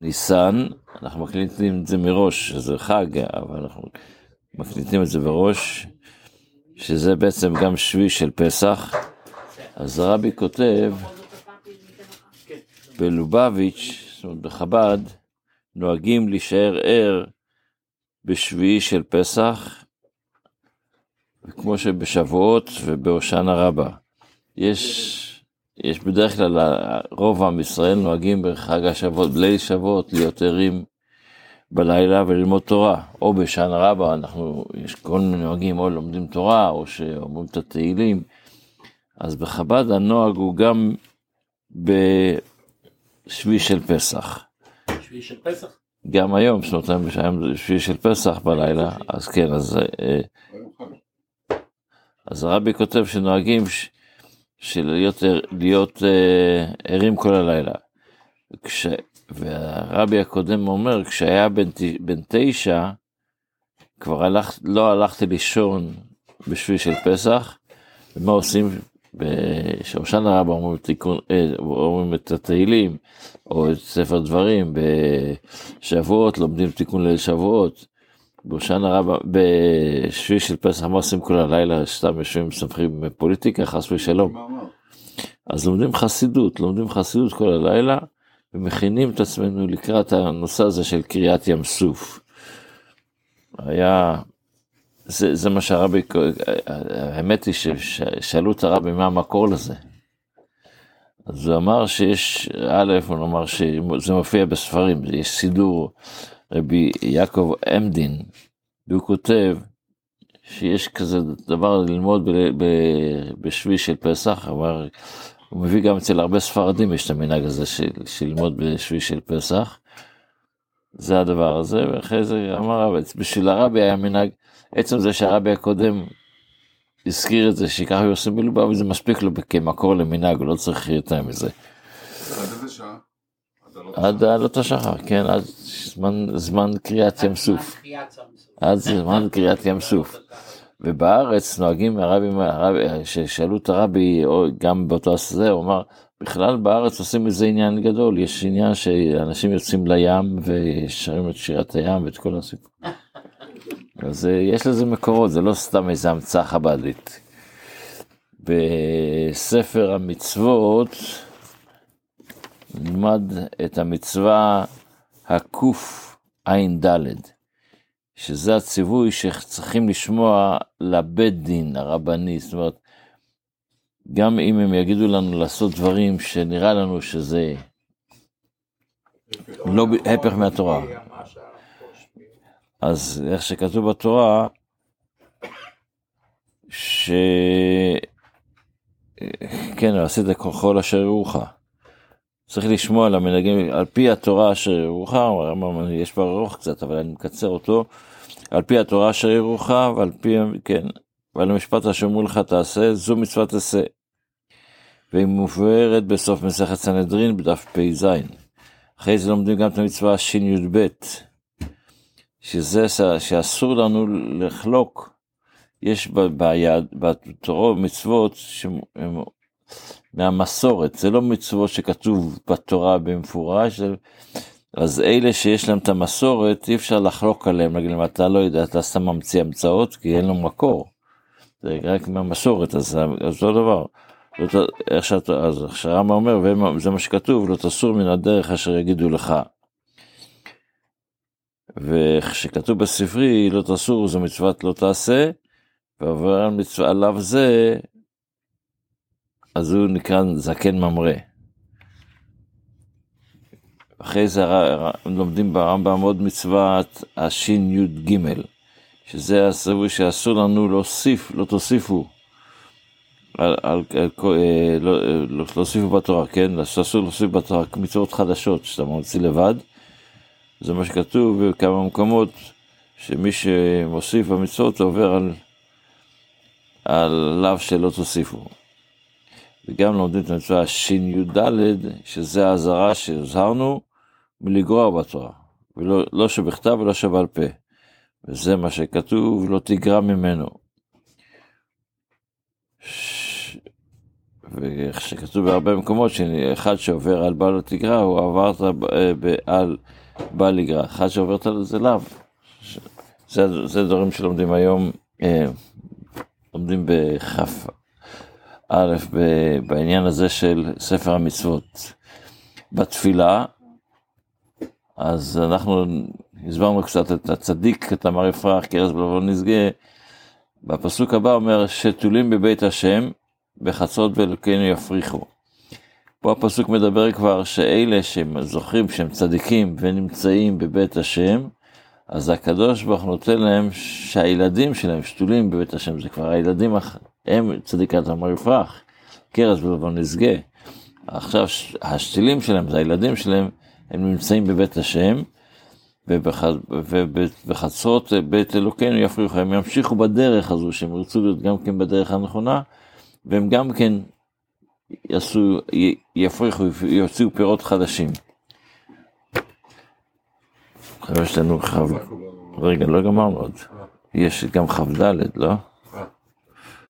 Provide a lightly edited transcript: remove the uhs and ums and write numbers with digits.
ניסן, אנחנו מקליטים את זה מראש, זה חג, אבל אנחנו מקליטים את זה בראש, שזה בעצם גם שביעי של פסח. אז הרבי כותב, בלובביץ', זאת אומרת בחב"ד, נוהגים להישאר ער בשביעי של פסח, כמו שבשבועות ובהושענא רבה. יש בדרך כלל, רוב עם ישראל נוהגים בחג השבועות, בליל שבועות, להיות ערים בלילה וללמוד תורה, או בהושענא רבה, יש כל מיני נוהגים, או לומדים תורה, או שאומרים את התהילים. אז בחב"ד הנוהג הוא גם בשביעי של פסח. שביעי של פסח? גם היום, זאת אומרת, שביעי של פסח בלילה, אז כן, אז הרבי כותב שנוהגים להיות ערים כל הלילה. והרבי הקודם אומר, כשהיה בן 9, כבר לא הלכתי לישון בשביעי של פסח, ומה עושים? בהושענא רבה אומרים את התהילים, או את ספר דברים, בשבועות לומדים תיקון ליל שבועות, בהושענא רבה, בשביעי של פסח מה עושים כל הלילה, סתם יושבים מסמכים פוליטיקה, חס ושלום. אז לומדים חסידות כל הלילה, ומכינים את עצמנו לקראת הנושא הזה של קריאת ים סוף. זה מה שהרבי, האמת היא ששאלו את הרבי מה המקור לזה. אז הוא אמר שיש, הוא אמר שזה מופיע בספרים, יש סידור, רבי יעקב עמדין, והוא כותב שיש כזה דבר ללמוד בשביעי של פסח, אבל הוא מביא גם אצל הרבה ספרדים, יש את המנהג הזה של ללמוד בשביעי של פסח, זה הדבר הזה, ואחרי זה אמר הרבי, בשביל הרבי היה מנהג, עצם זה שהרבי הקודם הזכיר את זה, שככה הוא עושה בלובה, וזה מספיק לו כמקור למנהג, הוא לא צריך יותר מזה. עד איזה שעה? עד עלות השחר, כן, עד זמן קריאת ים סוף. עד זמן קריאת ים סוף. ובארץ נוהגים ששאלו את הרבי, גם באותו הזה, הוא אמר, בכלל בארץ עושים איזה עניין גדול, יש עניין שאנשים יוצאים לים ושרים את שירת הים ואת כל הסיפור. אז יש לזה מקורות, זה לא סתם איזה המצאה חב"דית. בספר המצוות נלמד את המצווה הקוף עין ד', שזה הציווי שצריכים לשמוע לבית דין הרבני, זאת אומרת, גם אם הם יגידו לנו לעשות דברים שנראה לנו שזה לא הפך מהתורה. אז איך שכתוב בתורה, כן, עשית כל אשר יראוך. צריך לשמוע למנהגים, על פי התורה אשר יראוך, יש בה ארוך קצת, אבל אני מקצר אותו, על פי התורה אשר יראוך, ועל פי, כן, ועל המשפט אשר אמרו לך תעשה, זו מצוות עשה. והיא מובהרת בסוף מסכת סנהדרין בדף פ"ז. אחרי זה לומדים גם את המצווה שי"ב, שזה שאסור לנו לחלוק, יש בתורה מצוות מהמסורת, זה לא מצוות שכתוב בתורה במפורש, אז אלה שיש להם את המסורת, אי אפשר לחלוק עליהם, להגיד להם, אתה לא יודע, אתה סתם ממציא המצאות, כי אין לו מקור, זה רק מהמסורת, אז זה לא דבר. אז הרמב"ם אומר, וזה מה שכתוב, לא תסור מן הדרך אשר יגידו לך. וכשכתוב בספרי, לא תסור, זו מצוות לא תעשה, ועובר על מצווה עליו זה, אז הוא נקרא זקן ממרא. אחרי זה לומדים ברמב"ם עוד מצוות השי"ג, שזה הציווי שאסור לנו להוסיף, לא תוסיפו, לא תוסיפו בתורה, כן? אסור להוסיף בתורה מצוות חדשות, שאתה מוציא לבד, זה מה שכתוב בכמה מקומות, שמי שמוסיף במצוות עובר עליו שלא תוסיפו. וגם לומדים את המצווה שי"ד, שזה האזהרה שהזהרנו מלגרוע בתורה, ולא שבכתב ולא שבעל פה. וזה מה שכתוב, לא תגרע ממנו. וכשכתוב בהרבה מקומות שאחד שעובר על בעל התגרה הוא עברת על בעל יגרה, אחד שעוברת על זה לאו. זה דברים שלומדים היום, לומדים בכף א' בעניין הזה של ספר המצוות. בתפילה, אז אנחנו הסברנו קצת את הצדיק, את אמר יפרח, כרז בלבון נשגה. בפסוק הבא אומר, שתולים בבית השם, בחצות ואלוקינו יפריחו. פה הפסוק מדבר כבר שאלה שזוכרים שהם צדיקים ונמצאים בבית השם, אז הקדוש ברוך נותן להם שהילדים שלהם שתולים בבית השם, זה כבר הילדים, הם צדיקת אמר יפרח, כרז בלבון נשגה. עכשיו השתילים שלהם, זה הילדים שלהם, הם נמצאים בבית השם, ובחצרות בית אלוקינו יפריחו, הם ימשיכו בדרך הזו, שהם ירצו להיות גם כן בדרך הנכונה, והם גם כן יפריחו, יוציאו פירות חדשים. יש לנו רגע, לא גמרנו עוד. יש גם חב ד', לא?